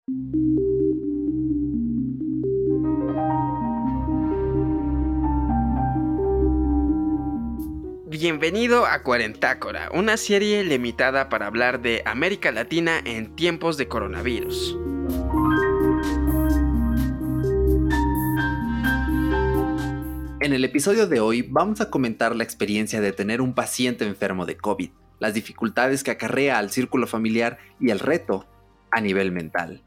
Bienvenido a Cuarentácora, una serie limitada para hablar de América Latina en tiempos de coronavirus. En el episodio de hoy vamos a comentar la experiencia de tener un paciente enfermo de COVID, las dificultades que acarrea al círculo familiar y el reto a nivel mental.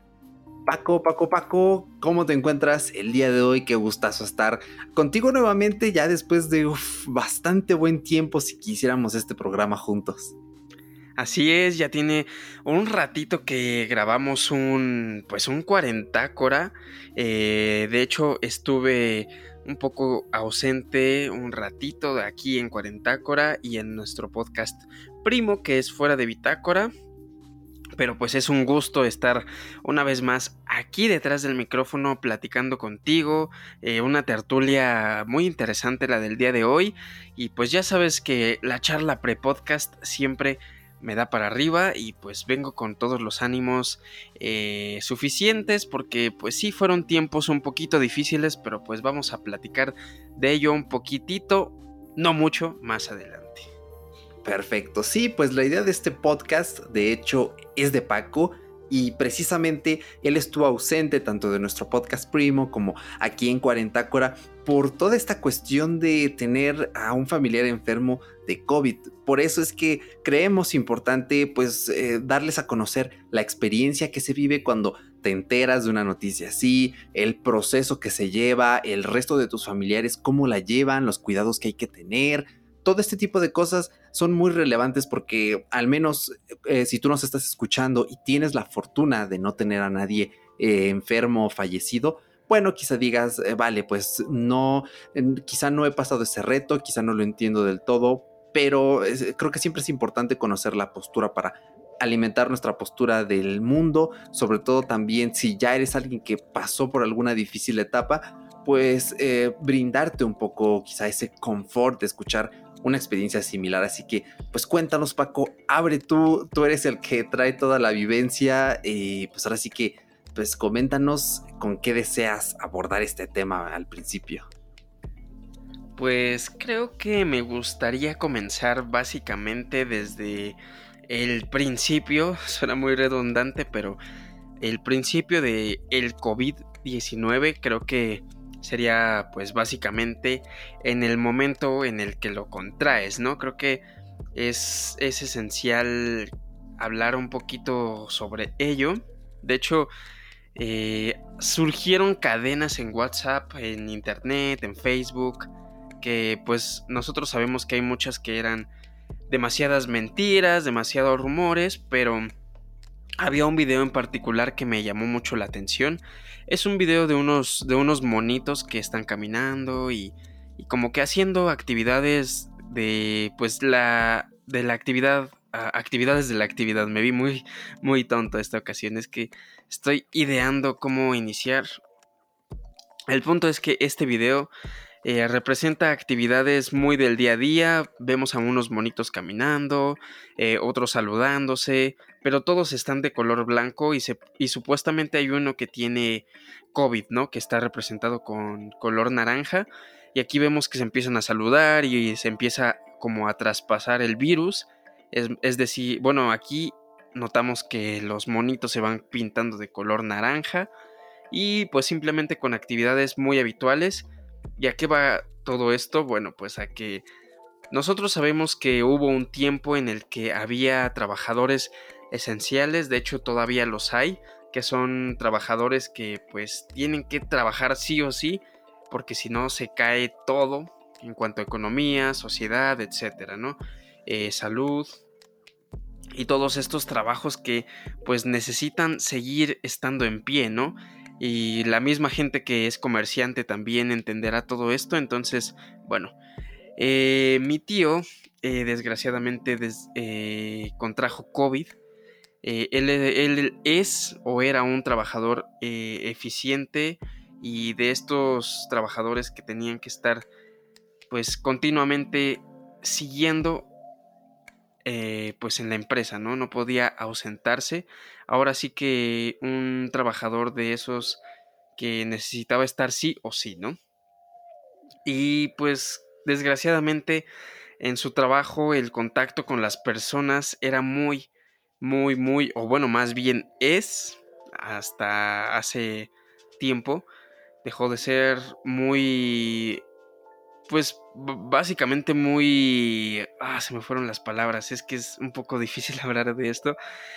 Paco, ¿cómo te encuentras el día de hoy? Qué gustazo estar contigo nuevamente ya después de bastante buen tiempo si quisiéramos este programa juntos. Así es, ya tiene un ratito que grabamos un Cuarentácora. De hecho, estuve un poco ausente un ratito de aquí en Cuarentácora y en nuestro podcast primo, que es Fuera de Bitácora. Pero pues es un gusto estar una vez más aquí detrás del micrófono platicando contigo, una tertulia muy interesante la del día de hoy, y pues ya sabes que la charla pre-podcast siempre me da para arriba y pues vengo con todos los ánimos suficientes porque pues sí fueron tiempos un poquito difíciles, pero pues vamos a platicar de ello un poquitito, no mucho, más adelante. Perfecto, sí, pues la idea de este podcast de hecho es de Paco y precisamente él estuvo ausente tanto de nuestro podcast primo como aquí en Cuarentácora por toda esta cuestión de tener a un familiar enfermo de COVID. Por eso es que creemos importante pues darles a conocer la experiencia que se vive cuando te enteras de una noticia así, el proceso que se lleva, el resto de tus familiares, cómo la llevan, los cuidados que hay que tener. Todo este tipo de cosas son muy relevantes porque al menos si tú nos estás escuchando y tienes la fortuna de no tener a nadie enfermo o fallecido, bueno, quizá digas, vale, pues no, quizá no he pasado ese reto, quizá no lo entiendo del todo, pero creo que siempre es importante conocer la postura para alimentar nuestra postura del mundo, sobre todo también si ya eres alguien que pasó por alguna difícil etapa, pues brindarte un poco quizá ese confort de escuchar una experiencia similar. Así que pues cuéntanos, Paco, abre tú eres el que trae toda la vivencia y pues ahora sí que pues coméntanos con qué deseas abordar este tema al principio. Pues creo que me gustaría comenzar básicamente desde el principio, suena muy redundante, pero el principio de el COVID-19 creo que sería pues básicamente en el momento en el que lo contraes, ¿no? Creo que es esencial hablar un poquito sobre ello. De hecho, surgieron cadenas en WhatsApp, en internet, en Facebook, que pues nosotros sabemos que hay muchas que eran demasiadas mentiras, demasiados rumores, pero había un video en particular que me llamó mucho la atención. Es un video de unos monitos que están caminando y como que haciendo actividades de pues de la actividad, actividades de la actividad. Me vi muy tonto esta ocasión, es que estoy ideando cómo iniciar. El punto es que este video representa actividades muy del día a día. Vemos a unos monitos caminando, otros saludándose, pero todos están de color blanco y supuestamente hay uno que tiene COVID, ¿no? Que está representado con color naranja. Y aquí vemos que se empiezan a saludar y se empieza como a traspasar el virus. Es decir, bueno, aquí notamos que los monitos se van pintando de color naranja y pues simplemente con actividades muy habituales. ¿Y a qué va todo esto? Bueno, pues a que nosotros sabemos que hubo un tiempo en el que había trabajadores esenciales, de hecho todavía los hay, que son trabajadores que pues tienen que trabajar sí o sí, porque si no se cae todo en cuanto a economía, sociedad, etcétera, ¿no? Salud y todos estos trabajos que pues necesitan seguir estando en pie, ¿no? Y la misma gente que es comerciante también entenderá todo esto. Entonces, bueno, mi tío desgraciadamente contrajo COVID. Él es o era un trabajador eficiente y de estos trabajadores que tenían que estar pues continuamente siguiendo pues en la empresa, ¿no? No podía ausentarse. Ahora sí que un trabajador de esos que necesitaba estar sí o sí, ¿no? Y pues desgraciadamente en su trabajo el contacto con las personas era muy, o bueno, más bien es, hasta hace tiempo, dejó de ser muy, pues básicamente muy... se me fueron las palabras, es que es un poco difícil hablar de esto.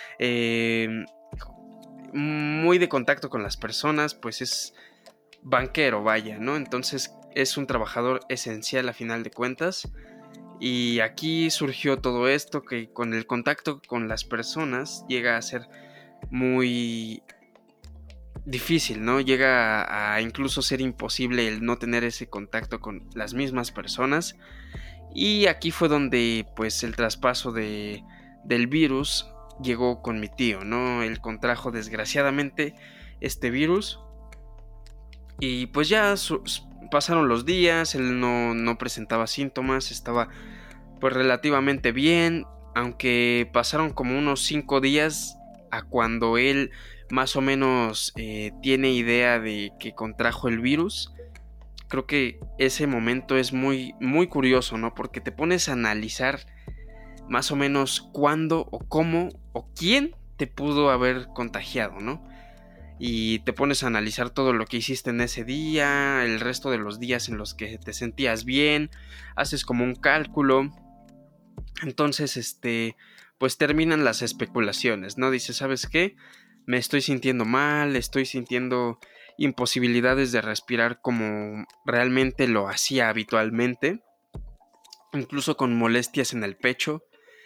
Muy de contacto con las personas, pues es banquero, vaya, ¿no? Entonces es un trabajador esencial a final de cuentas. Y aquí surgió todo esto que con el contacto con las personas llega a ser muy difícil, ¿no? Llega a incluso ser imposible el no tener ese contacto con las mismas personas. Y aquí fue donde pues el traspaso del virus llegó con mi tío, ¿no? Él contrajo desgraciadamente este virus. Y pues ya pasaron los días, él no presentaba síntomas, estaba pues relativamente bien, aunque pasaron como unos 5 días a cuando él más o menos tiene idea de que contrajo el virus. Creo que ese momento es muy curioso, ¿no? Porque te pones a analizar más o menos cuándo o cómo o quién te pudo haber contagiado, ¿no? Y te pones a analizar todo lo que hiciste en ese día, el resto de los días en los que te sentías bien, haces como un cálculo. Entonces, pues terminan las especulaciones, ¿no? Dices, ¿sabes qué? Me estoy sintiendo mal, estoy sintiendo imposibilidades de respirar como realmente lo hacía habitualmente, incluso con molestias en el pecho.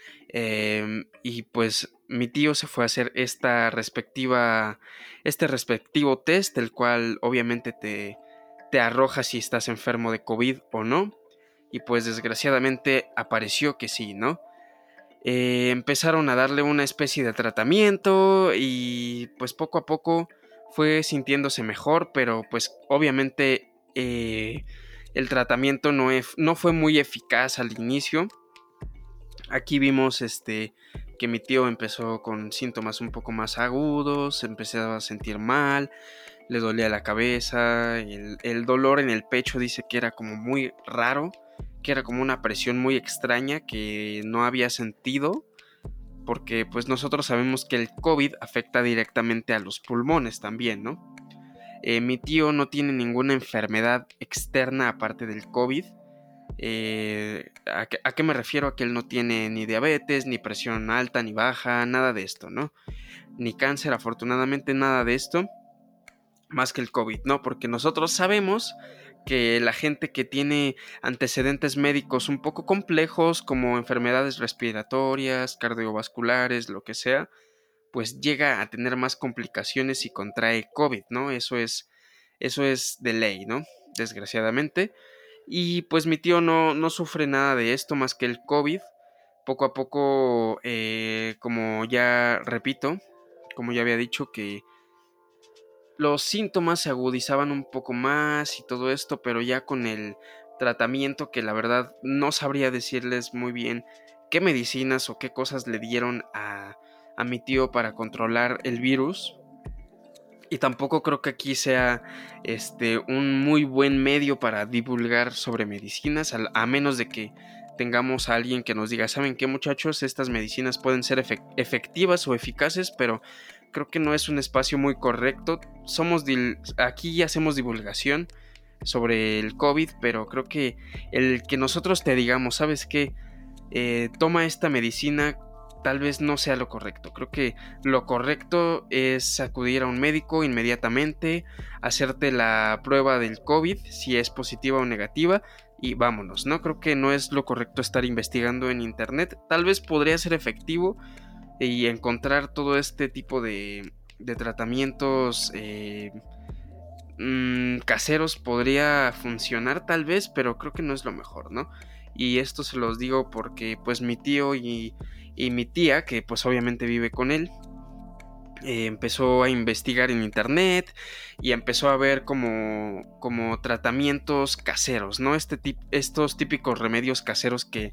Y pues mi tío se fue a hacer este respectivo test, el cual obviamente te arroja si estás enfermo de COVID o no. Y pues desgraciadamente apareció que sí, ¿no? Empezaron a darle una especie de tratamiento y pues poco a poco fue sintiéndose mejor, pero pues obviamente el tratamiento no fue muy eficaz al inicio. Aquí vimos que mi tío empezó con síntomas un poco más agudos, se empezaba a sentir mal, le dolía la cabeza, el dolor en el pecho dice que era como muy raro, que era como una presión muy extraña que no había sentido, porque pues nosotros sabemos que el COVID afecta directamente a los pulmones también, ¿no? Mi tío no tiene ninguna enfermedad externa aparte del COVID. ¿A qué me refiero? A que él no tiene ni diabetes, ni presión alta, ni baja, nada de esto, ¿no? Ni cáncer, afortunadamente nada de esto, más que el COVID, ¿no? Porque nosotros sabemos que la gente que tiene antecedentes médicos un poco complejos, como enfermedades respiratorias, cardiovasculares, lo que sea, pues llega a tener más complicaciones y contrae COVID, ¿no? Eso es de ley, ¿no? Desgraciadamente. Y pues mi tío no sufre nada de esto más que el COVID. Poco a poco, como ya repito, como ya había dicho, que los síntomas se agudizaban un poco más y todo esto, pero ya con el tratamiento, que la verdad no sabría decirles muy bien qué medicinas o qué cosas le dieron a mi tío para controlar el virus. Y tampoco creo que aquí sea un muy buen medio para divulgar sobre medicinas, a menos de que tengamos a alguien que nos diga, ¿saben qué, muchachos? Estas medicinas pueden ser efectivas o eficaces, pero creo que no es un espacio muy correcto. Aquí hacemos divulgación sobre el COVID, pero creo que el que nosotros te digamos, ¿sabes qué? Toma esta medicina, tal vez no sea lo correcto. Creo que lo correcto es acudir a un médico inmediatamente, hacerte la prueba del COVID, si es positiva o negativa, y vámonos, ¿no? Creo que no es lo correcto estar investigando en internet. Tal vez podría ser efectivo y encontrar todo este tipo de tratamientos caseros podría funcionar tal vez, pero creo que no es lo mejor, ¿no? Y esto se los digo porque pues mi tío y mi tía, que pues obviamente vive con él, empezó a investigar en internet y empezó a ver como tratamientos caseros, ¿no? Estos típicos remedios caseros que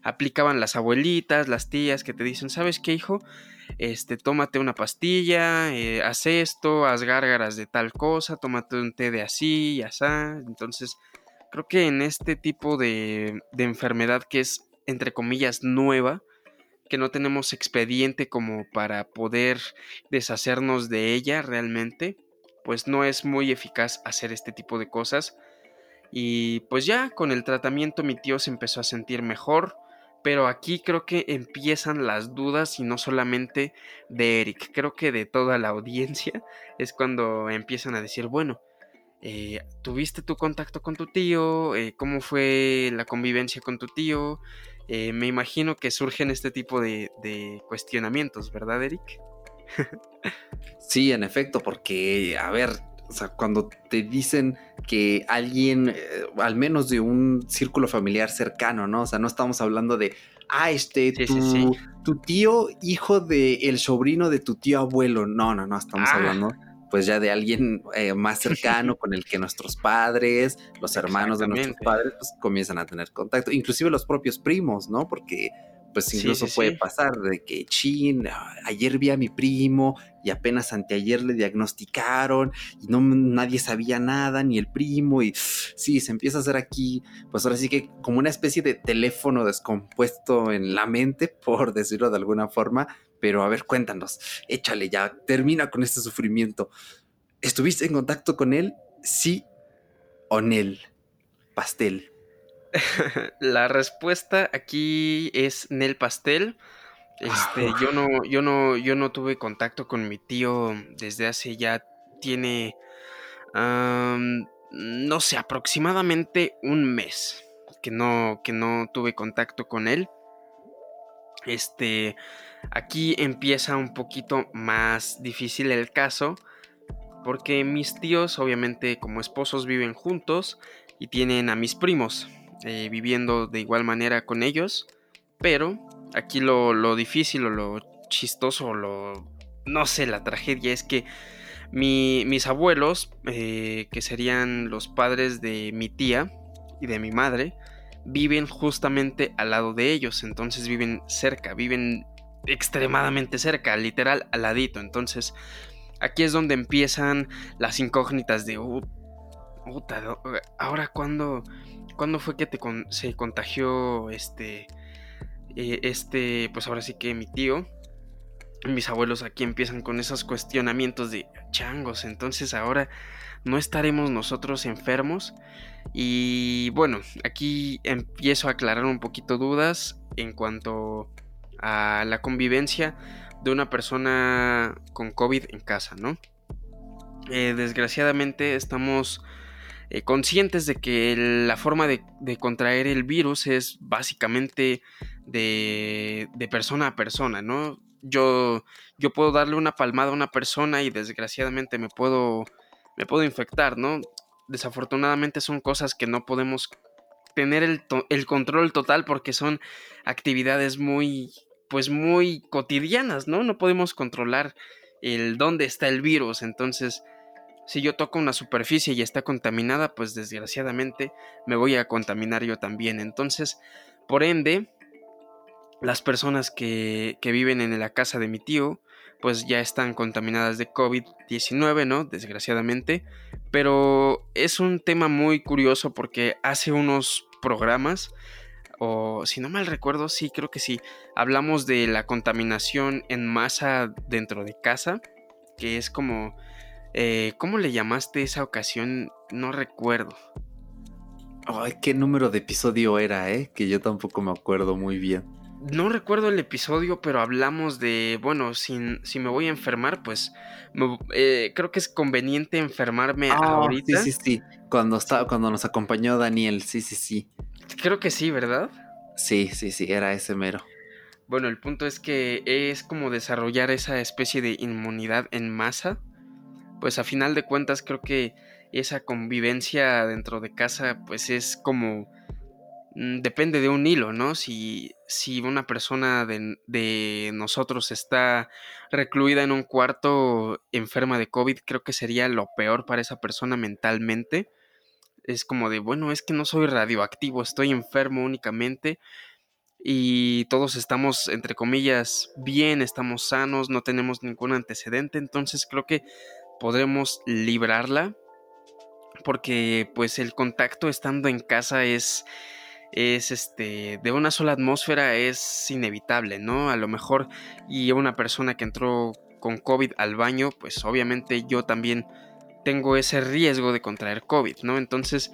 aplicaban las abuelitas, las tías que te dicen, ¿sabes qué, hijo? Tómate una pastilla, haz esto, haz gárgaras de tal cosa, tómate un té de así y asá. Entonces, creo que en este tipo de enfermedad que es, entre comillas, nueva, que no tenemos expediente como para poder deshacernos de ella realmente, pues no es muy eficaz hacer este tipo de cosas. Y pues ya con el tratamiento mi tío se empezó a sentir mejor, pero aquí creo que empiezan las dudas y no solamente de Eric, creo que de toda la audiencia es cuando empiezan a decir, bueno, ¿tuviste tu contacto con tu tío? ¿Cómo fue la convivencia con tu tío? Me imagino que surgen este tipo de cuestionamientos, ¿verdad, Eric? Sí, en efecto, porque, a ver, o sea, cuando te dicen que alguien, al menos de un círculo familiar cercano, ¿no? O sea, no estamos hablando de, Sí, sí, sí. tu tío, hijo de el sobrino de tu tío abuelo. No, no, no, estamos Ah, hablando pues ya de alguien más cercano con el que nuestros padres, los hermanos de nuestros exactamente. padres, pues comienzan a tener contacto, inclusive los propios primos, ¿no? Porque pues Sí, sí, incluso puede sí. pasar de que, chin, ayer vi a mi primo y apenas anteayer le diagnosticaron y no nadie sabía nada, ni el primo, y sí, se empieza a hacer aquí, pues ahora sí que como una especie de teléfono descompuesto en la mente, por decirlo de alguna forma. Pero a ver, cuéntanos, échale ya, termina con este sufrimiento. ¿Estuviste en contacto con él? ¿Sí o Nel? Pastel. La respuesta aquí es Nel Pastel. Yo no tuve contacto con mi tío desde hace ya tiene, no sé, aproximadamente un mes que no tuve contacto con él. Aquí empieza un poquito más difícil el caso, porque mis tíos, obviamente, como esposos, viven juntos y tienen a mis primos viviendo de igual manera con ellos. Pero aquí lo difícil o lo chistoso o no sé, la tragedia es que mis abuelos, que serían los padres de mi tía y de mi madre, viven justamente al lado de ellos. Entonces viven cerca, viven extremadamente cerca, literal al ladito. Entonces aquí es donde empiezan las incógnitas de, ahora cuándo fue que se contagió pues ahora sí que mi tío. Mis abuelos aquí empiezan con esos cuestionamientos de changos, entonces ahora no estaremos nosotros enfermos. Y bueno, aquí empiezo a aclarar un poquito dudas en cuanto a la convivencia de una persona con COVID en casa, ¿no? Desgraciadamente estamos conscientes de que la forma de contraer el virus es básicamente de persona a persona, ¿no? Yo puedo darle una palmada a una persona y desgraciadamente me puedo infectar, ¿no? Desafortunadamente son cosas que no podemos tener el control total porque son actividades pues muy cotidianas, ¿no? No podemos controlar el dónde está el virus, entonces si yo toco una superficie y está contaminada, pues desgraciadamente me voy a contaminar yo también. Entonces, por ende, las personas que viven en la casa de mi tío, pues ya están contaminadas de COVID-19, ¿no? Desgraciadamente. Pero es un tema muy curioso porque hace unos programas, o si no mal recuerdo, sí, creo que sí, hablamos de la contaminación en masa dentro de casa, que es como ¿cómo le llamaste esa ocasión? No recuerdo. Ay, qué número de episodio era, que yo tampoco me acuerdo muy bien. No recuerdo el episodio, pero hablamos de, bueno, si me voy a enfermar, pues creo que es conveniente enfermarme Sí, ahorita. sí, sí. Cuando nos acompañó Daniel, sí, sí, sí. Creo que sí, ¿verdad? Sí, sí, sí, era ese mero. Bueno, el punto es que es como desarrollar esa especie de inmunidad en masa. Pues a final de cuentas creo que esa convivencia dentro de casa, pues es como depende de un hilo, ¿no? Si una persona de nosotros está recluida en un cuarto enferma de COVID, creo que sería lo peor para esa persona mentalmente. Es como de, bueno, es que no soy radioactivo, estoy enfermo únicamente. y todos estamos, entre comillas, bien, estamos sanos, no tenemos ningún antecedente, entonces creo que podremos librarla, porque pues el contacto estando en casa es de una sola atmósfera, es inevitable, ¿no? A lo mejor, y una persona que entró con COVID al baño, pues obviamente yo también tengo ese riesgo de contraer COVID, ¿no? Entonces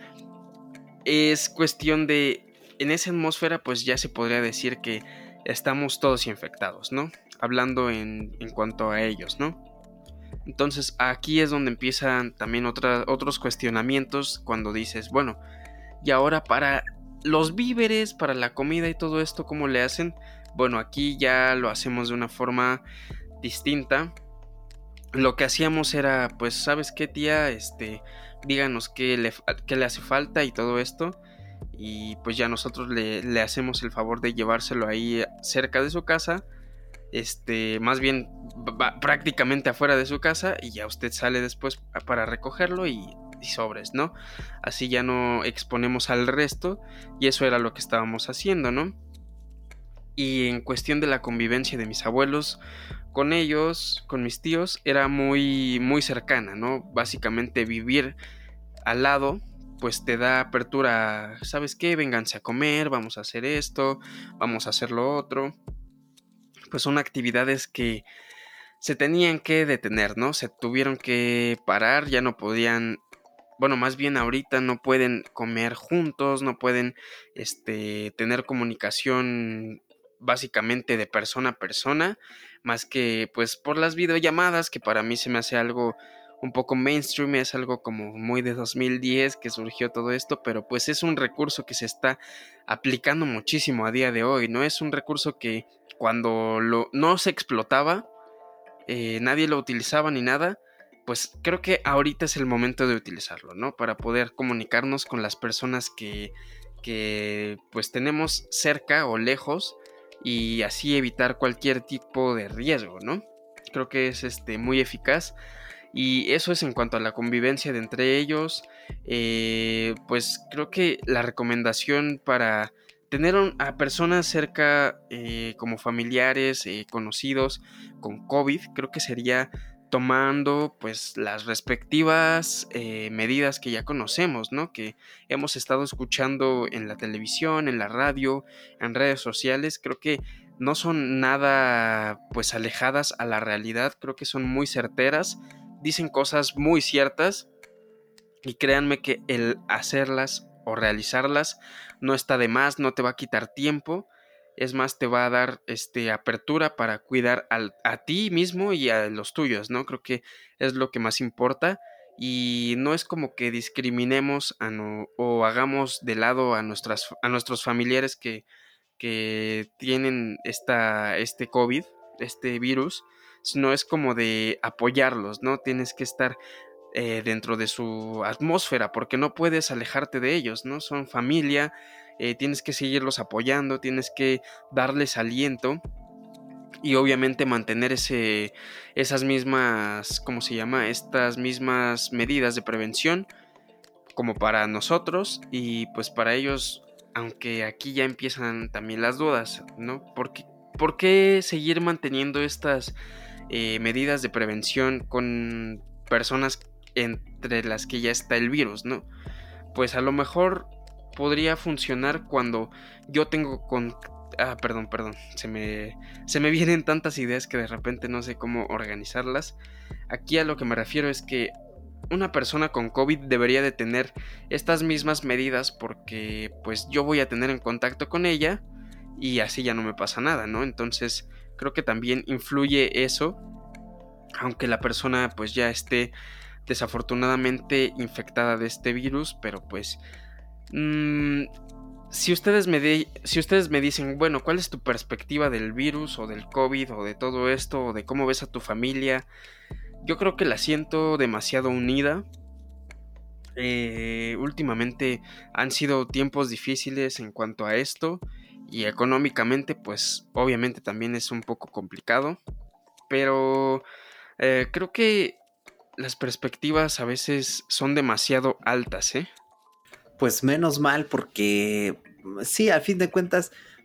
es cuestión de, en esa atmósfera pues ya se podría decir que estamos todos infectados, ¿no? Hablando en cuanto a ellos, ¿no? Entonces aquí es donde empiezan también otros cuestionamientos cuando dices, bueno, y ahora para los víveres, para la comida y todo esto, ¿cómo le hacen? Bueno, aquí ya lo hacemos de una forma distinta. Lo que hacíamos era, pues, ¿sabes qué, tía? Díganos qué le hace falta y todo esto. Y pues ya nosotros le hacemos el favor de llevárselo ahí cerca de su casa. Más bien prácticamente afuera de su casa, y ya usted sale después para recogerlo y sobres, ¿no? Así ya no exponemos al resto, y eso era lo que estábamos haciendo, ¿no? Y en cuestión de la convivencia de mis abuelos con ellos, con mis tíos, era muy, muy cercana, ¿no? Básicamente vivir al lado, pues te da apertura, ¿sabes qué? Vénganse a comer, vamos a hacer esto, vamos a hacer lo otro. Pues son actividades que se tenían que detener, ¿no? Se tuvieron que parar, ya no podían, bueno, más bien ahorita no pueden comer juntos, no pueden tener comunicación básicamente de persona a persona, más que pues por las videollamadas, que para mí se me hace algo un poco mainstream, es algo como muy de 2010 que surgió todo esto, pero pues es un recurso que se está aplicando muchísimo a día de hoy, ¿no? Es un recurso que cuando no se explotaba, nadie lo utilizaba ni nada, pues creo que ahorita es el momento de utilizarlo, ¿no? Para poder comunicarnos con las personas que pues tenemos cerca o lejos, y así evitar cualquier tipo de riesgo, ¿no? Creo que es muy eficaz, y eso es en cuanto a la convivencia de entre ellos. Pues creo que la recomendación para tener a personas cerca, como familiares, conocidos con COVID, creo que sería tomando pues las respectivas medidas que ya conocemos, ¿no? Que hemos estado escuchando en la televisión, en la radio, en redes sociales. Creo que no son nada pues alejadas a la realidad, creo que son muy certeras, dicen cosas muy ciertas, y créanme que el hacerlas o realizarlas no está de más, no te va a quitar tiempo, es más, te va a dar apertura para cuidar a ti mismo y a los tuyos, ¿no? Creo que es lo que más importa, y no es como que discriminemos o hagamos de lado a nuestros familiares que tienen este COVID, este virus, sino es como de apoyarlos, ¿no? Tienes que estar dentro de su atmósfera, porque no puedes alejarte de ellos, ¿no? Son familia, tienes que seguirlos apoyando, tienes que darles aliento, y obviamente mantener esas mismas, ¿cómo se llama? Estas mismas medidas de prevención como para nosotros, y pues para ellos, aunque aquí ya empiezan también las dudas, ¿no? ¿Por qué seguir manteniendo estas medidas de prevención con personas entre las que ya está el virus, ¿no? Pues a lo mejor podría funcionar cuando yo tengo perdón, se me vienen tantas ideas que de repente no sé cómo organizarlas. Aquí a lo que me refiero es que una persona con COVID debería de tener estas mismas medidas, porque pues yo voy a tener en contacto con ella y así ya no me pasa nada, ¿no? Entonces creo que también influye eso, aunque la persona pues ya esté desafortunadamente infectada de este virus, pero pues si ustedes me dicen, bueno, ¿cuál es tu perspectiva del virus o del COVID o de todo esto o de cómo ves a tu familia? Yo creo que la siento demasiado unida. Últimamente han sido tiempos difíciles en cuanto a esto, y económicamente pues obviamente también es un poco complicado, pero creo que las perspectivas a veces son demasiado altas, ¿eh? Pues menos mal, porque sí, al fin de cuentas,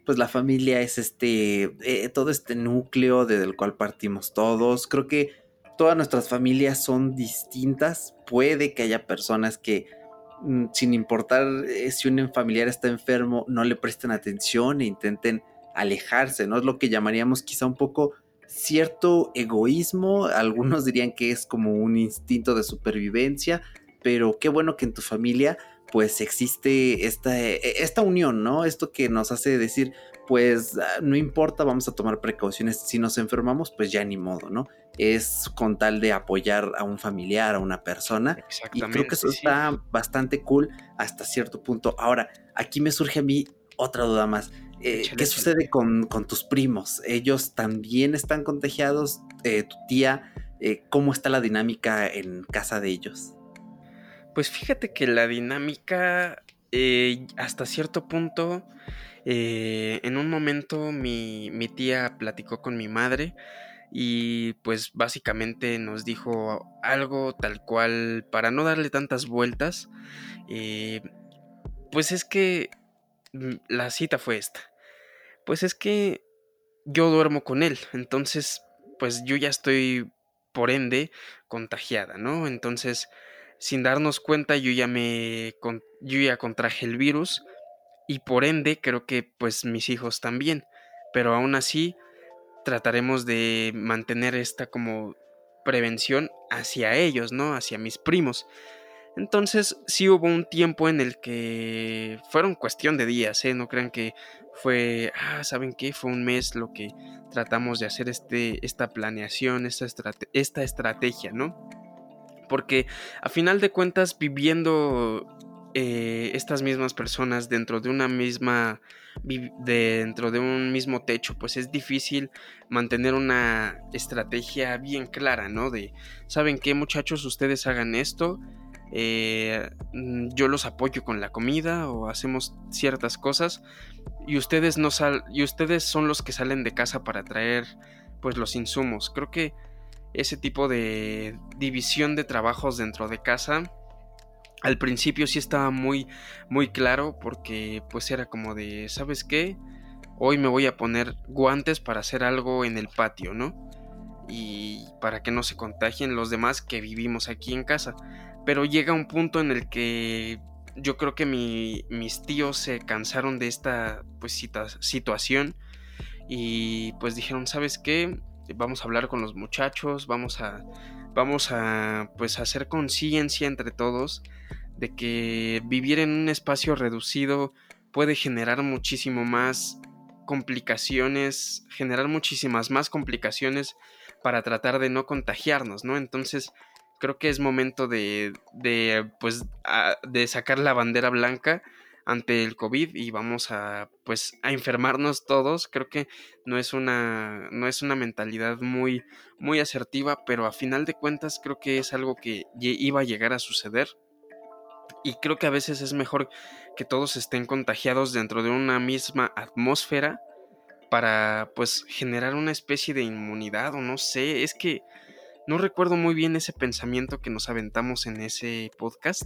pues la familia es todo este núcleo del cual partimos todos. Creo que todas nuestras familias son distintas. Puede que haya personas que, sin importar si un familiar está enfermo, no le presten atención e intenten alejarse, ¿no? Es lo que llamaríamos quizá un poco cierto egoísmo. Algunos dirían que es como un instinto de supervivencia, pero qué bueno que en tu familia pues existe esta unión, ¿no? Esto que nos hace decir, pues no importa, vamos a tomar precauciones. Si nos enfermamos, pues ya ni modo, ¿no? Es con tal de apoyar a un familiar, a una persona, y creo que Exactamente, eso sí. está bastante cool hasta cierto punto. Ahora, aquí me surge a mí otra duda más. Échale, ¿Qué échale. sucede con tus primos? ¿Ellos también están contagiados? ¿Tu tía? ¿Cómo está la dinámica en casa de ellos? Pues fíjate que la dinámica, hasta cierto punto, en un momento mi tía platicó con mi madre y pues básicamente nos dijo algo tal cual, para no darle tantas vueltas, eh, pues es que la cita fue esta. Pues es que yo duermo con él, entonces pues yo ya estoy por ende contagiada, ¿no? Entonces, sin darnos cuenta, yo ya contraje el virus y por ende creo que pues mis hijos también, pero aún así trataremos de mantener esta como prevención hacia ellos, ¿no? Hacia mis primos. Entonces sí hubo un tiempo en el que fueron cuestión de días, ¿eh? No crean que fue, ¿saben qué? Fue un mes lo que tratamos de hacer esta planeación, esta estrategia, ¿no? Porque a final de cuentas, viviendo estas mismas personas dentro de dentro de un mismo techo, pues es difícil mantener una estrategia bien clara, ¿no? De, ¿saben qué, muchachos? Ustedes hagan esto, yo los apoyo con la comida o hacemos ciertas cosas y ustedes y ustedes son los que salen de casa para traer pues los insumos. Creo que ese tipo de división de trabajos dentro de casa al principio sí estaba muy claro, porque pues era como de, ¿sabes qué? Hoy me voy a poner guantes para hacer algo en el patio, ¿no? Y para que no se contagien los demás que vivimos aquí en casa. Pero llega un punto en el que yo creo que mis tíos se cansaron de esta pues situación y pues dijeron, ¿sabes qué? Vamos a hablar con los muchachos, vamos a pues hacer conciencia entre todos de que vivir en un espacio reducido puede generar muchísimo más complicaciones, generar muchísimas más complicaciones para tratar de no contagiarnos, ¿no? Entonces creo que es momento pues de sacar la bandera blanca ante el COVID y vamos a pues a enfermarnos todos. Creo que no es una mentalidad muy asertiva, pero a final de cuentas creo que es algo que iba a llegar a suceder y creo que a veces es mejor que todos estén contagiados dentro de una misma atmósfera para pues generar una especie de inmunidad o no sé, es que no recuerdo muy bien ese pensamiento que nos aventamos en ese podcast,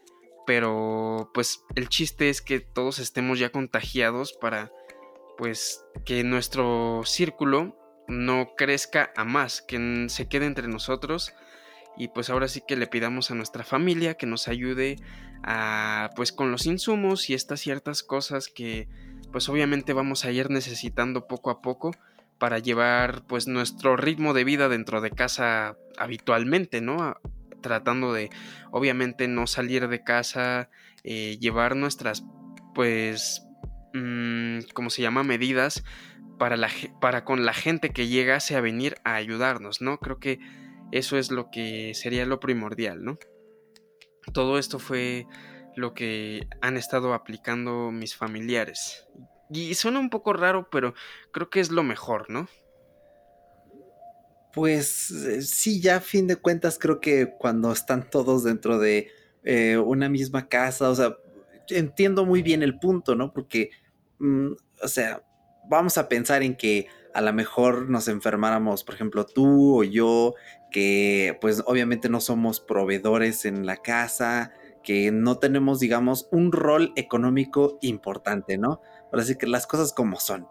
pero pues el chiste es que todos estemos ya contagiados para pues que nuestro círculo no crezca a más, que se quede entre nosotros y pues ahora sí que le pidamos a nuestra familia que nos ayude a pues con los insumos y estas ciertas cosas que pues obviamente vamos a ir necesitando poco a poco para llevar pues nuestro ritmo de vida dentro de casa habitualmente, ¿no? Tratando de obviamente no salir de casa, llevar nuestras pues ¿cómo se llama? Medidas para con la gente que llegase a venir a ayudarnos, ¿no? Creo que eso es lo que sería lo primordial, ¿no? Todo esto fue lo que han estado aplicando mis familiares. Y suena un poco raro, pero creo que es lo mejor, ¿no? Pues sí, ya a fin de cuentas creo que cuando están todos dentro de una misma casa, o sea, entiendo muy bien el punto, ¿no? Porque, mm, o sea, vamos a pensar en que a lo mejor nos enfermáramos, por ejemplo, tú o yo, que pues obviamente no somos proveedores en la casa, que no tenemos, digamos, un rol económico importante, ¿no? Ahora sí que las cosas como son.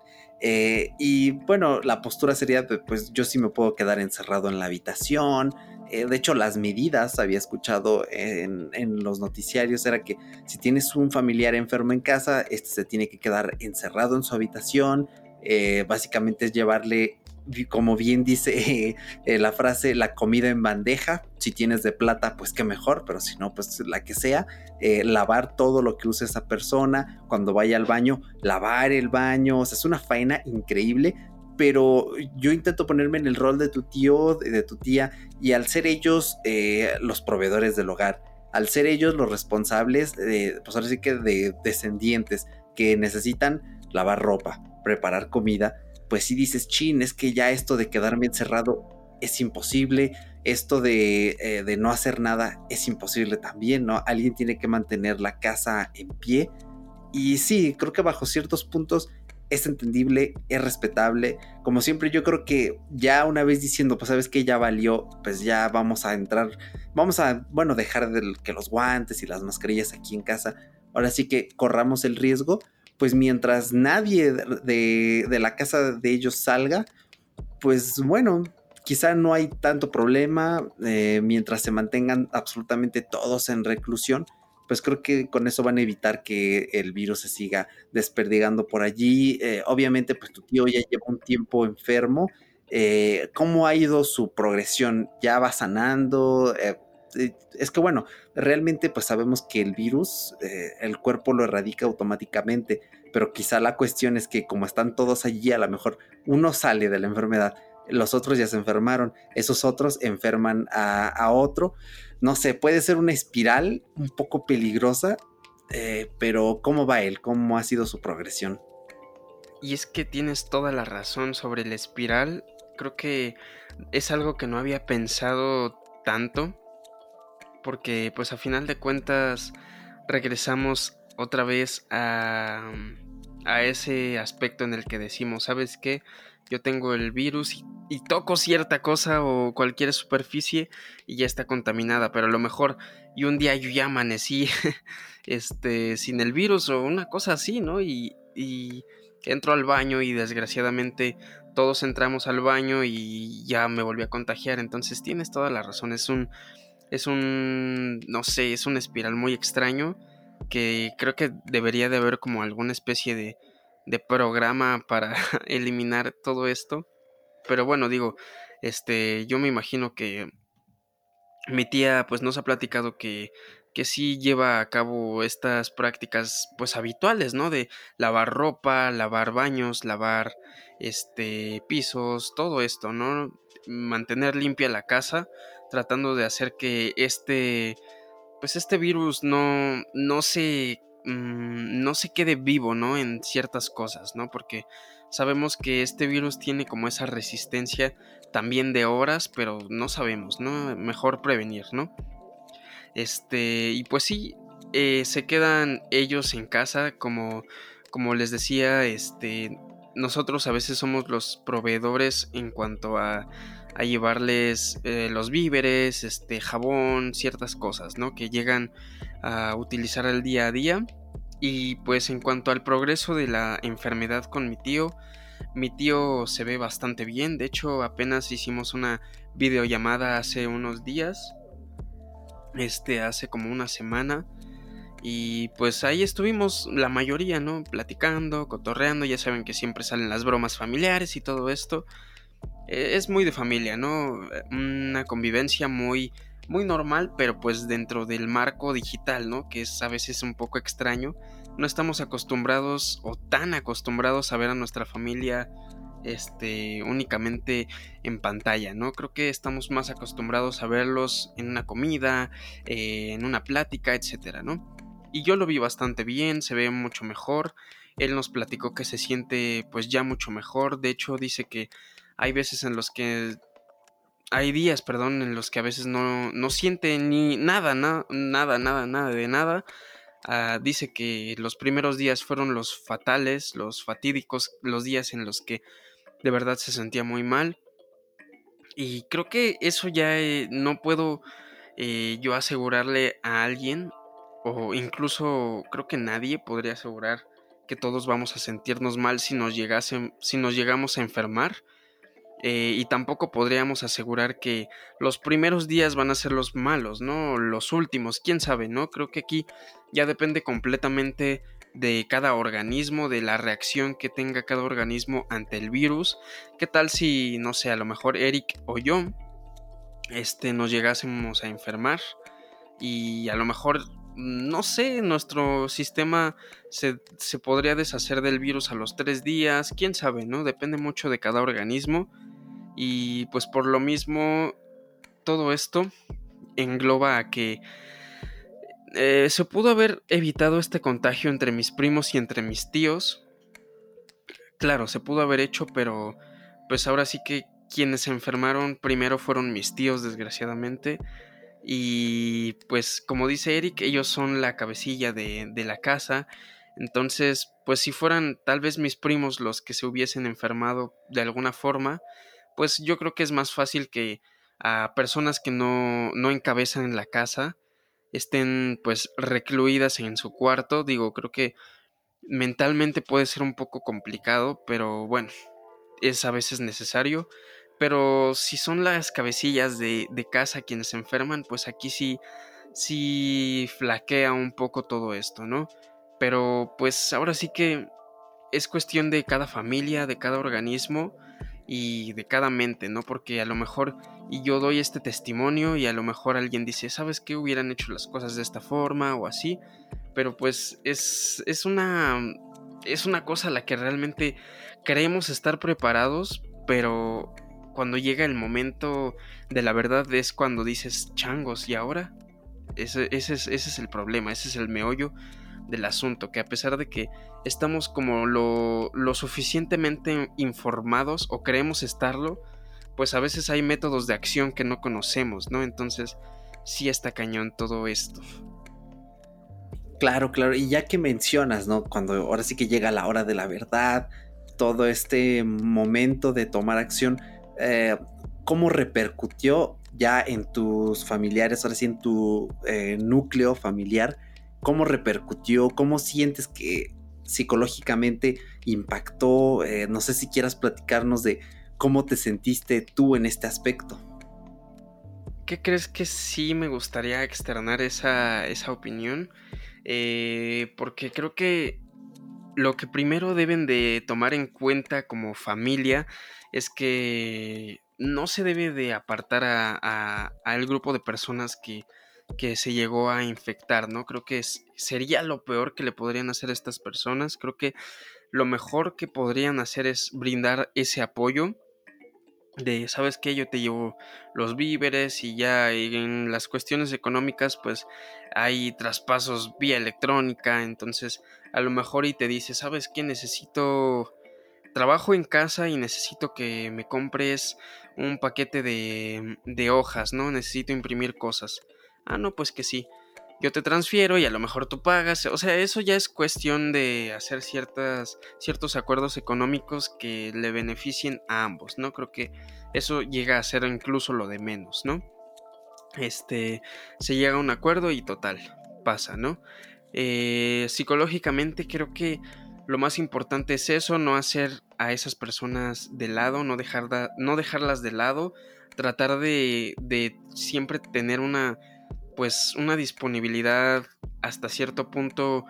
Y bueno, la postura sería, pues yo sí me puedo quedar encerrado en la habitación. De hecho, las medidas, había escuchado en los noticiarios, era que si tienes un familiar enfermo en casa, este se tiene que quedar encerrado en su habitación. Básicamente es llevarle, como bien dice la frase, la comida en bandeja. Si tienes de plata, pues qué mejor, pero si no, pues la que sea. Lavar todo lo que use esa persona. Cuando vaya al baño, lavar el baño. O sea, es una faena increíble. Pero yo intento ponerme en el rol de tu tío, de tu tía, y al ser ellos los proveedores del hogar, al ser ellos los responsables, pues ahora sí que de descendientes que necesitan lavar ropa, preparar comida, pues sí dices, chin, es que ya esto de quedarme encerrado es imposible, esto de no hacer nada es imposible también, ¿no? Alguien tiene que mantener la casa en pie. Y sí, creo que bajo ciertos puntos es entendible, es respetable. Como siempre, yo creo que ya una vez diciendo, pues sabes que ya valió, pues ya vamos a entrar, vamos a, bueno, dejar que los guantes y las mascarillas aquí en casa, ahora sí que corramos el riesgo, pues mientras nadie de la casa de ellos salga, pues bueno, quizá no hay tanto problema mientras se mantengan absolutamente todos en reclusión, pues creo que con eso van a evitar que el virus se siga desperdigando por allí. Obviamente, pues tu tío ya lleva un tiempo enfermo. ¿Cómo ha ido su progresión? ¿Ya va sanando? Es que bueno, realmente pues sabemos que el virus, el cuerpo lo erradica automáticamente, pero quizá la cuestión es que como están todos allí, a lo mejor uno sale de la enfermedad, los otros ya se enfermaron, esos otros enferman a otro, no sé, puede ser una espiral un poco peligrosa, pero ¿cómo va él? ¿Cómo ha sido su progresión? Y es que tienes toda la razón sobre la espiral. Creo que es algo que no había pensado tanto, porque pues a final de cuentas regresamos otra vez a ese aspecto en el que decimos, ¿sabes qué? Yo tengo el virus y toco cierta cosa o cualquier superficie y ya está contaminada, pero a lo mejor y un día yo ya amanecí sin el virus o una cosa así, ¿no? Y entro al baño y desgraciadamente todos entramos al baño y ya me volví a contagiar, entonces tienes toda la razón, no sé, es una espiral muy extraño que creo que debería de haber como alguna especie de programa para eliminar todo esto. Pero bueno, digo, yo me imagino que mi tía pues nos ha platicado que sí lleva a cabo estas prácticas pues habituales, ¿no? De lavar ropa, lavar baños, lavar pisos, todo esto, ¿no? Mantener limpia la casa, tratando de hacer que pues este virus no se quede vivo, ¿no? En ciertas cosas, ¿no? Porque sabemos que este virus tiene como esa resistencia también de horas, pero no sabemos, ¿no? Mejor prevenir, ¿no? Y pues sí, se quedan ellos en casa, como les decía, nosotros a veces somos los proveedores en cuanto a llevarles los víveres, jabón, ciertas cosas, ¿no? Que llegan a utilizar el día a día. Y pues en cuanto al progreso de la enfermedad con mi tío se ve bastante bien. De hecho, apenas hicimos una videollamada hace unos días, hace como una semana. Y pues ahí estuvimos la mayoría, ¿no? Platicando, cotorreando. Ya saben que siempre salen las bromas familiares y todo esto. Es muy de familia, ¿no? Una convivencia muy normal, pero pues dentro del marco digital, ¿no? Que es a veces un poco extraño. No estamos acostumbrados o tan acostumbrados a ver a nuestra familia únicamente en pantalla, ¿no? Creo que estamos más acostumbrados a verlos en una comida, en una plática, etcétera, ¿no? Y yo lo vi bastante bien, se ve mucho mejor. Él nos platicó que se siente pues ya mucho mejor. De hecho, dice que hay veces en los que hay días, perdón, en los que a veces no siente ni nada de nada. Dice que los primeros días fueron los fatales, los fatídicos, los días en los que de verdad se sentía muy mal. Y creo que eso ya no puedo yo asegurarle a alguien, o incluso creo que nadie podría asegurar que todos vamos a sentirnos mal si nos llegamos a enfermar. Y tampoco podríamos asegurar que los primeros días van a ser los malos, ¿no? Los últimos, quién sabe, ¿no? Creo que aquí ya depende completamente de cada organismo, de la reacción que tenga cada organismo ante el virus. ¿Qué tal si, no sé, a lo mejor Eric o yo, nos llegásemos a enfermar y a lo mejor, no sé, nuestro sistema se podría deshacer del virus a los 3 días, quién sabe, ¿no? Depende mucho de cada organismo. Y pues por lo mismo, todo esto engloba a que se pudo haber evitado este contagio entre mis primos y entre mis tíos. Claro, se pudo haber hecho, pero pues ahora sí que quienes se enfermaron primero fueron mis tíos, desgraciadamente. Y pues como dice Eric, ellos son la cabecilla de la casa. Entonces, pues si fueran tal vez mis primos los que se hubiesen enfermado de alguna forma, pues yo creo que es más fácil que a personas que no encabezan en la casa estén pues recluidas en su cuarto. Digo, creo que mentalmente puede ser un poco complicado, pero bueno, es a veces necesario. Pero si son las cabecillas de casa quienes se enferman, pues aquí sí flaquea un poco todo esto, ¿no? Pero pues ahora sí que es cuestión de cada familia, de cada organismo y de cada mente, ¿no? Porque a lo mejor, y yo doy este testimonio y a lo mejor alguien dice, ¿sabes qué? Hubieran hecho las cosas de esta forma o así, pero pues es una cosa a la que realmente creemos estar preparados, pero cuando llega el momento de la verdad es cuando dices, changos, ¿y ahora? Ese es el problema, ese es el meollo del asunto, que a pesar de que estamos como lo suficientemente informados o creemos estarlo, pues a veces hay métodos de acción que no conocemos, ¿no? Entonces sí está cañón todo esto. Claro, claro. Y ya que mencionas, ¿no? Cuando ahora sí que llega la hora de la verdad, todo este momento de tomar acción, eh, ¿cómo repercutió ya en tus familiares, ahora sí en tu núcleo familiar? ¿Cómo repercutió? ¿Cómo sientes que psicológicamente impactó? No sé si quieras platicarnos de cómo te sentiste tú en este aspecto. ¿Qué crees que sí me gustaría externar esa opinión? Porque creo que lo que primero deben de tomar en cuenta como familia es que no se debe de apartar al grupo de personas que se llegó a infectar, ¿no? Creo que sería lo peor que le podrían hacer a estas personas. Creo que lo mejor que podrían hacer es brindar ese apoyo de, ¿sabes qué? Yo te llevo los víveres y ya en las cuestiones económicas pues hay traspasos vía electrónica, entonces a lo mejor y te dice, ¿sabes qué? Trabajo en casa y necesito que me compres un paquete de hojas, ¿no? Necesito imprimir cosas. Ah, no, pues que sí. Yo te transfiero y a lo mejor tú pagas. O sea, eso ya es cuestión de hacer ciertos acuerdos económicos que le beneficien a ambos, ¿no? Creo que eso llega a ser incluso lo de menos, ¿no? Se llega a un acuerdo y total, pasa, ¿no? Psicológicamente creo que lo más importante es eso, no hacer a esas personas de lado, no dejarlas de lado, tratar de siempre tener una disponibilidad hasta cierto punto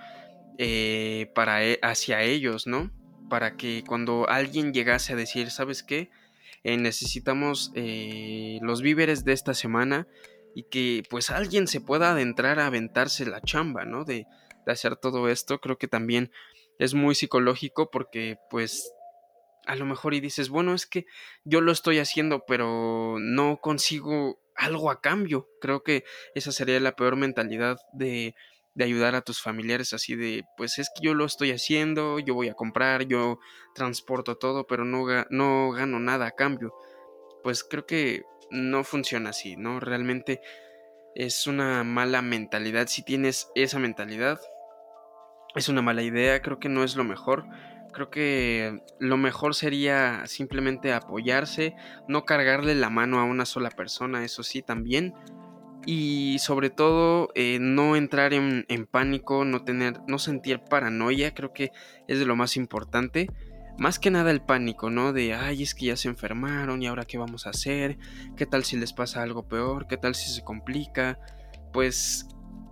hacia ellos, ¿no? Para que cuando alguien llegase a decir, ¿sabes qué? Necesitamos los víveres de esta semana y que pues alguien se pueda adentrar a aventarse la chamba, ¿no? De hacer todo esto, creo que también es muy psicológico porque pues a lo mejor y dices, bueno, es que yo lo estoy haciendo, pero no consigo algo a cambio. Creo que esa sería la peor mentalidad de ayudar a tus familiares, así de, pues es que yo lo estoy haciendo, yo voy a comprar, yo transporto todo, pero no gano nada a cambio. Pues creo que no funciona así, ¿no? Realmente es una mala mentalidad. Si tienes esa mentalidad, es una mala idea, creo que no es lo mejor. Creo que lo mejor sería simplemente apoyarse, no cargarle la mano a una sola persona, eso sí también, y sobre todo no entrar en pánico, no sentir paranoia. Creo que es de lo más importante. Más que nada el pánico, ¿no? De, ay, es que ya se enfermaron y ahora qué vamos a hacer, qué tal si les pasa algo peor, qué tal si se complica. Pues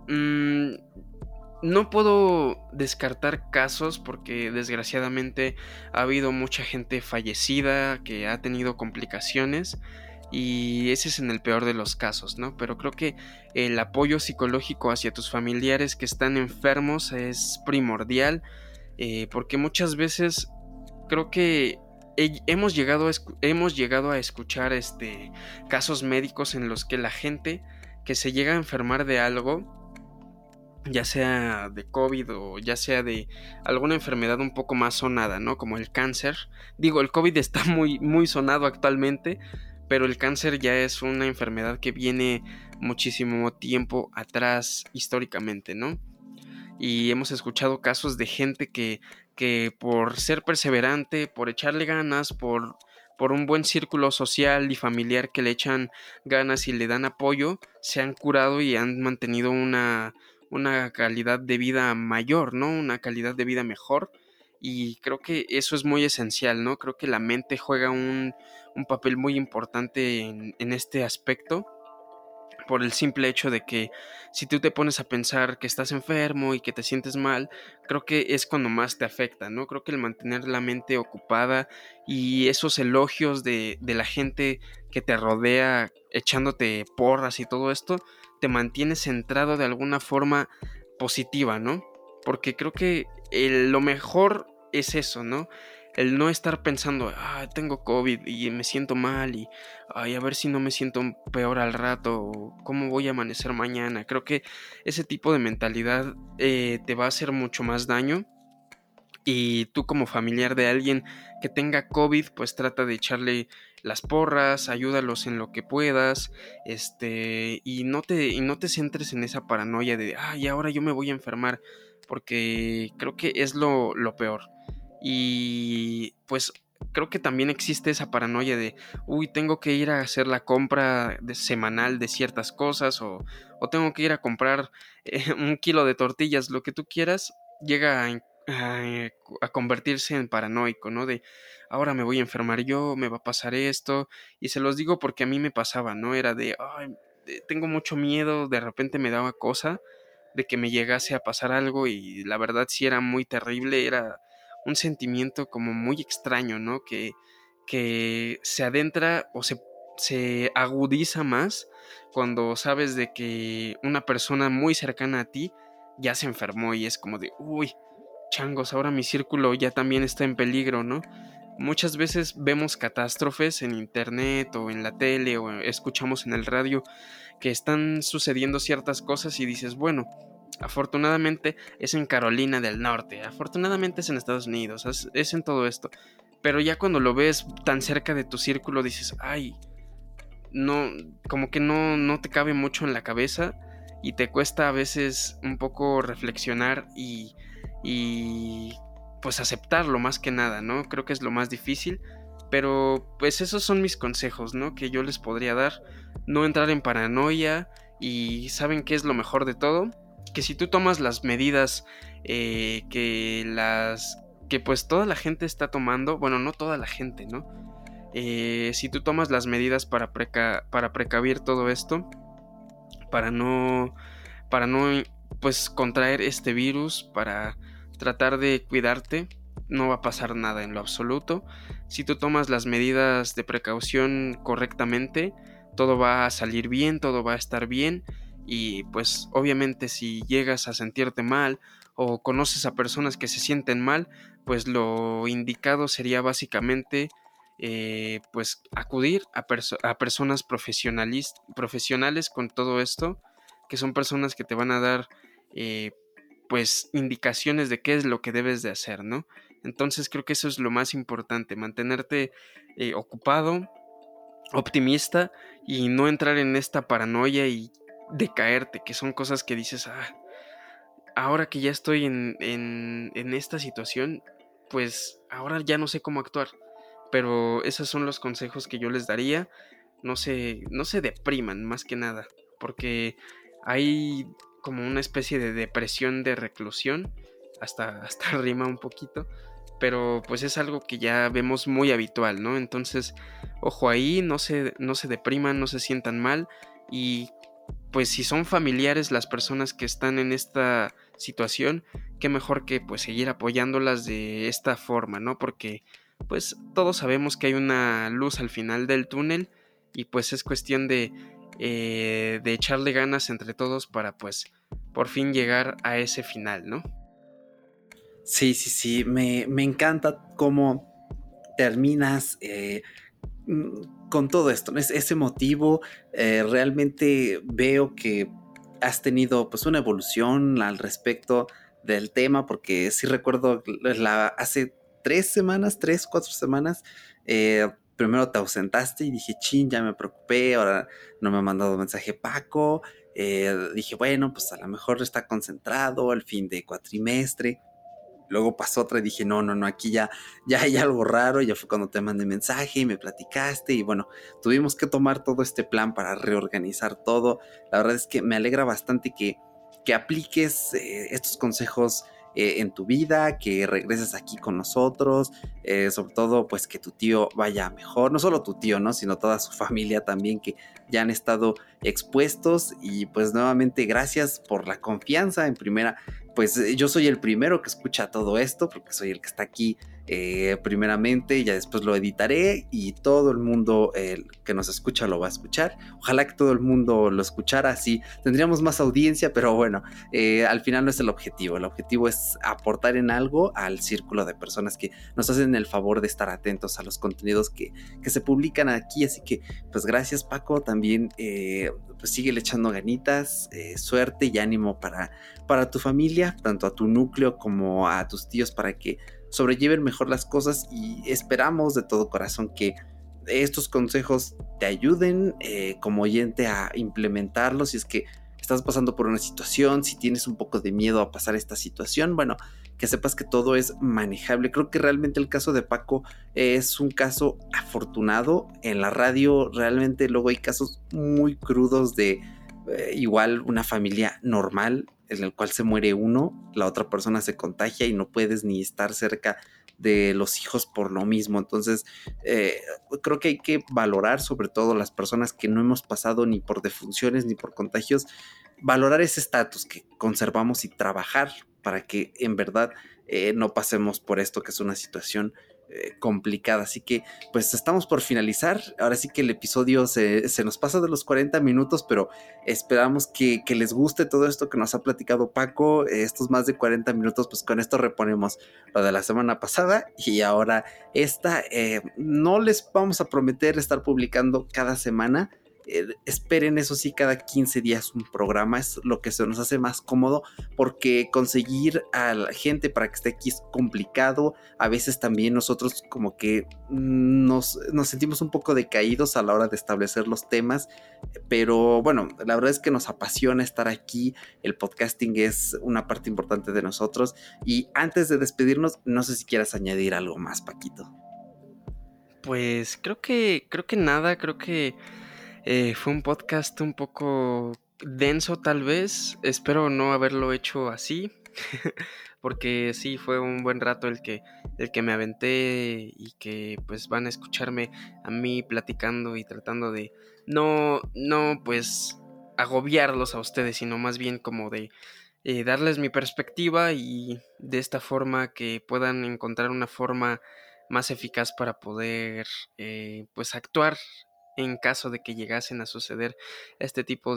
no puedo descartar casos porque desgraciadamente ha habido mucha gente fallecida que ha tenido complicaciones y ese es en el peor de los casos, ¿no? Pero creo que el apoyo psicológico hacia tus familiares que están enfermos es primordial, porque muchas veces creo que hemos llegado a escuchar casos médicos en los que la gente que se llega a enfermar de algo, ya sea de COVID o ya sea de alguna enfermedad un poco más sonada, ¿no? Como el cáncer. Digo, el COVID está muy, muy sonado actualmente, pero el cáncer ya es una enfermedad que viene muchísimo tiempo atrás históricamente, ¿no? Y hemos escuchado casos de gente que por ser perseverante, por echarle ganas, por un buen círculo social y familiar que le echan ganas y le dan apoyo, se han curado y han mantenido una calidad de vida mayor, ¿no? Una calidad de vida mejor. Y creo que eso es muy esencial, ¿no? Creo que la mente juega un papel muy importante en este aspecto, por el simple hecho de que si tú te pones a pensar que estás enfermo y que te sientes mal, creo que es cuando más te afecta, ¿no? Creo que el mantener la mente ocupada y esos elogios de la gente que te rodea echándote porras y todo esto, te mantiene centrado de alguna forma positiva, ¿no? Porque creo que lo mejor es eso, ¿no? El no estar pensando, tengo COVID y me siento mal y ay, a ver si no me siento peor al rato o cómo voy a amanecer mañana. Creo que ese tipo de mentalidad te va a hacer mucho más daño. Y tú como familiar de alguien que tenga COVID, pues trata de echarle las porras, ayúdalos en lo que puedas, y no te centres en esa paranoia de, ay, ahora yo me voy a enfermar, porque creo que es lo peor. Y pues creo que también existe esa paranoia de, uy, tengo que ir a hacer la compra semanal de ciertas cosas o tengo que ir a comprar 1 kilo de tortillas, lo que tú quieras, llega a convertirse en paranoico, ¿no? De ahora me voy a enfermar yo, me va a pasar esto, y se los digo porque a mí me pasaba, ¿no? Era de, ay, tengo mucho miedo, de repente me daba cosa de que me llegase a pasar algo y la verdad sí era muy terrible, era un sentimiento como muy extraño, ¿no? Que se adentra o se agudiza más cuando sabes de que una persona muy cercana a ti ya se enfermó y es como de, uy, changos, ahora mi círculo ya también está en peligro, ¿no? Muchas veces vemos catástrofes en internet o en la tele o escuchamos en el radio que están sucediendo ciertas cosas y dices, bueno, afortunadamente es en Carolina del Norte, afortunadamente es en Estados Unidos, es en todo esto. Pero ya cuando lo ves tan cerca de tu círculo dices, ay, no, como que no te cabe mucho en la cabeza y te cuesta a veces un poco reflexionar y pues aceptarlo más que nada, ¿no? Creo que es lo más difícil, pero pues esos son mis consejos, ¿no? Que yo les podría dar, no entrar en paranoia y ¿saben qué es lo mejor de todo? Que si tú tomas las medidas que pues toda la gente está tomando, bueno, no toda la gente, ¿no? Si tú tomas las medidas para precavir todo esto, para no, para no pues contraer este virus, para tratar de cuidarte, no va a pasar nada en lo absoluto. Si tú tomas las medidas de precaución correctamente, todo va a salir bien, todo va a estar bien y pues obviamente si llegas a sentirte mal o conoces a personas que se sienten mal, pues lo indicado sería básicamente pues acudir a personas profesionales con todo esto, que son personas que te van a dar pues indicaciones de qué es lo que debes de hacer, ¿no? Entonces creo que eso es lo más importante, mantenerte ocupado, optimista y no entrar en esta paranoia y decaerte, que son cosas que dices, ahora que ya estoy en esta situación, pues ahora ya no sé cómo actuar. Pero esos son los consejos que yo les daría. No se depriman, más que nada. porque hay como una especie de depresión de reclusión, hasta rima un poquito, pero pues es algo que ya vemos muy habitual, ¿no? Entonces, ojo ahí, no se depriman, no se sientan mal, y pues si son familiares las personas que están en esta situación, qué mejor que pues seguir apoyándolas de esta forma, ¿no? Porque pues todos sabemos que hay una luz al final del túnel, y pues es cuestión de echarle ganas entre todos para pues por fin llegar a ese final, ¿no? Sí, sí, sí, me encanta cómo terminas con todo esto, ¿no? Es emotivo, realmente veo que has tenido pues una evolución al respecto del tema, porque sí recuerdo hace 3 semanas, 4 semanas, primero te ausentaste y dije, chin, ya me preocupé, ahora no me ha mandado mensaje Paco, dije, bueno, pues a lo mejor está concentrado al fin de cuatrimestre. Luego pasó otra y dije, no, aquí ya hay algo raro. Ya fue cuando te mandé mensaje y me platicaste. Y bueno, tuvimos que tomar todo este plan para reorganizar todo. La verdad es que me alegra bastante que apliques estos consejos en tu vida, que regreses aquí con nosotros. Sobre todo, pues que tu tío vaya mejor. No solo tu tío, ¿no? Sino toda su familia también, que ya han estado expuestos. Y pues nuevamente, gracias por la confianza en primera. Pues yo soy el primero que escucha todo esto, porque soy el que está aquí primeramente, y ya después lo editaré y todo el mundo que nos escucha lo va a escuchar. Ojalá que todo el mundo lo escuchara, así tendríamos más audiencia, pero bueno, al final no es el objetivo es aportar en algo al círculo de personas que nos hacen el favor de estar atentos a los contenidos que se publican aquí, así que pues gracias Paco, también pues sigue echando ganitas, suerte y ánimo para tu familia, tanto a tu núcleo como a tus tíos, para que sobrelleven mejor las cosas, y esperamos de todo corazón que estos consejos te ayuden como oyente a implementarlos. Si es que estás pasando por una situación, si tienes un poco de miedo a pasar esta situación, bueno, que sepas que todo es manejable. Creo que realmente el caso de Paco es un caso afortunado. En la radio realmente luego hay casos muy crudos de igual una familia normal en el cual se muere uno, la otra persona se contagia y no puedes ni estar cerca de los hijos por lo mismo. Entonces creo que hay que valorar, sobre todo las personas que no hemos pasado ni por defunciones ni por contagios, valorar ese estatus que conservamos y trabajar para que en verdad no pasemos por esto, que es una situación complicada. Así que pues estamos por finalizar. Ahora sí que el episodio se nos pasa de los 40 minutos, pero esperamos que les guste todo esto que nos ha platicado Paco. Estos más de 40 minutos, pues con esto reponemos lo de la semana pasada y ahora esta. No les vamos a prometer estar publicando cada semana. Esperen, eso sí, cada 15 días un programa. Es lo que se nos hace más cómodo, porque conseguir a la gente para que esté aquí es complicado. A veces también nosotros como que nos sentimos un poco decaídos a la hora de establecer los temas, pero bueno, la verdad es que nos apasiona estar aquí. El podcasting es una parte importante de nosotros. Y antes de despedirnos, no sé si quieras añadir algo más, Paquito. Pues creo que nada, creo que fue un podcast un poco denso tal vez. Espero no haberlo hecho así, porque sí fue un buen rato el que me aventé, y que pues van a escucharme a mí platicando y tratando de no pues agobiarlos a ustedes, sino más bien como de darles mi perspectiva, y de esta forma que puedan encontrar una forma más eficaz para poder pues actuar en caso de que llegasen a suceder este tipo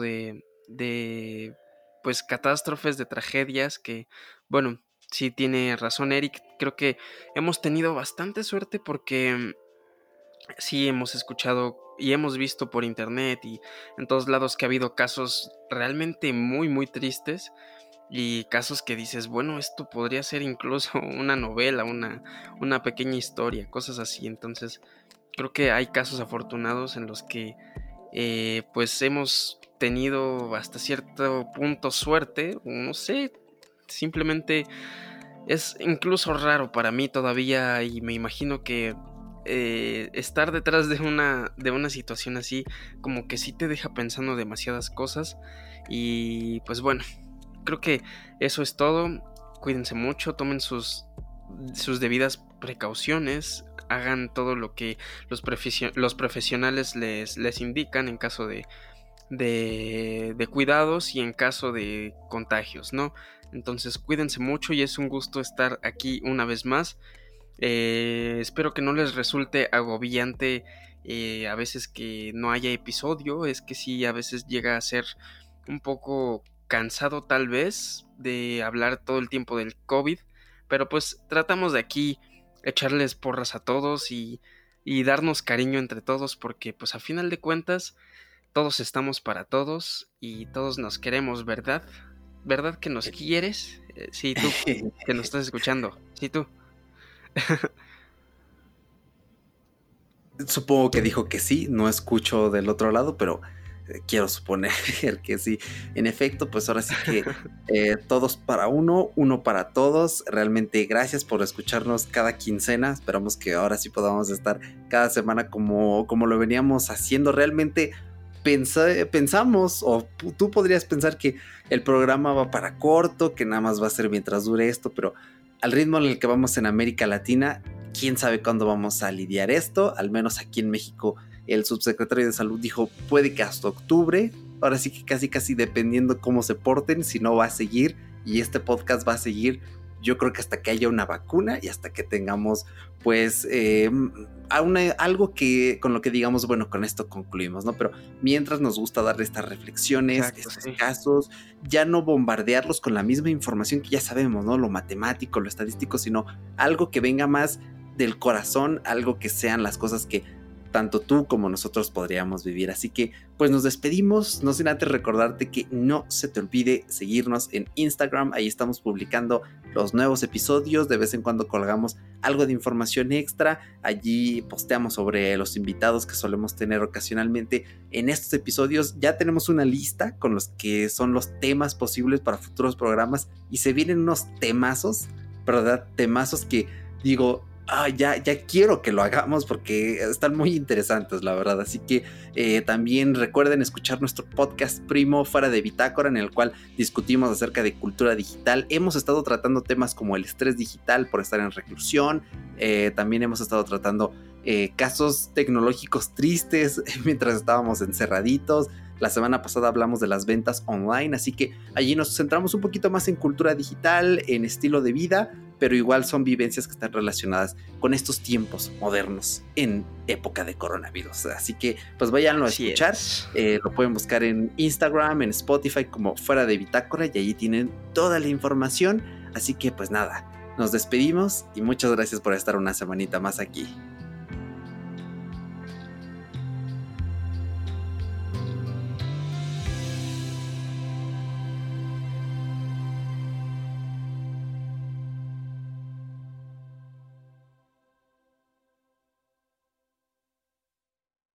de pues catástrofes, de tragedias que, bueno, sí tiene razón Eric, creo que hemos tenido bastante suerte porque sí hemos escuchado y hemos visto por internet y en todos lados que ha habido casos realmente muy muy tristes, y casos que dices, bueno, esto podría ser incluso una novela, una pequeña historia, cosas así. Entonces creo que hay casos afortunados en los que pues hemos tenido hasta cierto punto suerte, no sé, simplemente es incluso raro para mí todavía, y me imagino que estar detrás de una situación así, como que sí te deja pensando demasiadas cosas. Y pues bueno, creo que eso es todo. Cuídense mucho, tomen sus debidas precauciones, hagan todo lo que los profesionales les indican en caso de cuidados y en caso de contagios, ¿no? Entonces cuídense mucho y es un gusto estar aquí una vez más. Espero que no les resulte agobiante a veces que no haya episodio. Es que sí, a veces llega a ser un poco cansado tal vez de hablar todo el tiempo del COVID, pero pues tratamos de aquí echarles porras a todos y darnos cariño entre todos, porque pues a final de cuentas todos estamos para todos y todos nos queremos, ¿verdad? ¿Verdad que nos quieres? Sí, tú, que nos estás escuchando. Sí, tú. Supongo que dijo que sí, no escucho del otro lado, pero quiero suponer que sí. En efecto, pues ahora sí que todos para uno, uno para todos. Realmente gracias por escucharnos cada quincena. Esperamos que ahora sí podamos estar cada semana como lo veníamos haciendo. Realmente pensamos, o tú podrías pensar que el programa va para corto, que nada más va a ser mientras dure esto, pero al ritmo en el que vamos en América Latina, quién sabe cuándo vamos a lidiar esto. Al menos aquí en México el subsecretario de salud dijo puede que hasta octubre. Ahora sí que casi dependiendo cómo se porten, si no va a seguir, y este podcast va a seguir, yo creo que hasta que haya una vacuna y hasta que tengamos pues algo que con lo que digamos, bueno, con esto concluimos, ¿no? Pero mientras nos gusta darle estas reflexiones, Exacto, estos sí. casos, ya no bombardearlos con la misma información que ya sabemos, ¿no? Lo matemático, lo estadístico, sino algo que venga más del corazón, algo que sean las cosas que tanto tú como nosotros podríamos vivir. Así que pues nos despedimos, no sin antes recordarte que no se te olvide seguirnos en Instagram. Ahí estamos publicando los nuevos episodios, de vez en cuando colgamos algo de información extra, allí posteamos sobre los invitados que solemos tener ocasionalmente en estos episodios. Ya tenemos una lista con los que son los temas posibles para futuros programas y se vienen unos temazos, ¿verdad? Temazos que digo, ya quiero que lo hagamos porque están muy interesantes, la verdad. Así que también recuerden escuchar nuestro podcast primo Fuera de Bitácora, en el cual discutimos acerca de cultura digital. Hemos estado tratando temas como el estrés digital por estar en reclusión. También hemos estado tratando casos tecnológicos tristes mientras estábamos encerraditos. La semana pasada hablamos de las ventas online, así que allí nos centramos un poquito más en cultura digital, en estilo de vida, pero igual son vivencias que están relacionadas con estos tiempos modernos en época de coronavirus. Así que pues váyanlo a escuchar. Lo pueden buscar en Instagram, en Spotify como Fuera de Bitácora, y allí tienen toda la información. Así que pues nada, nos despedimos y muchas gracias por estar una semanita más aquí.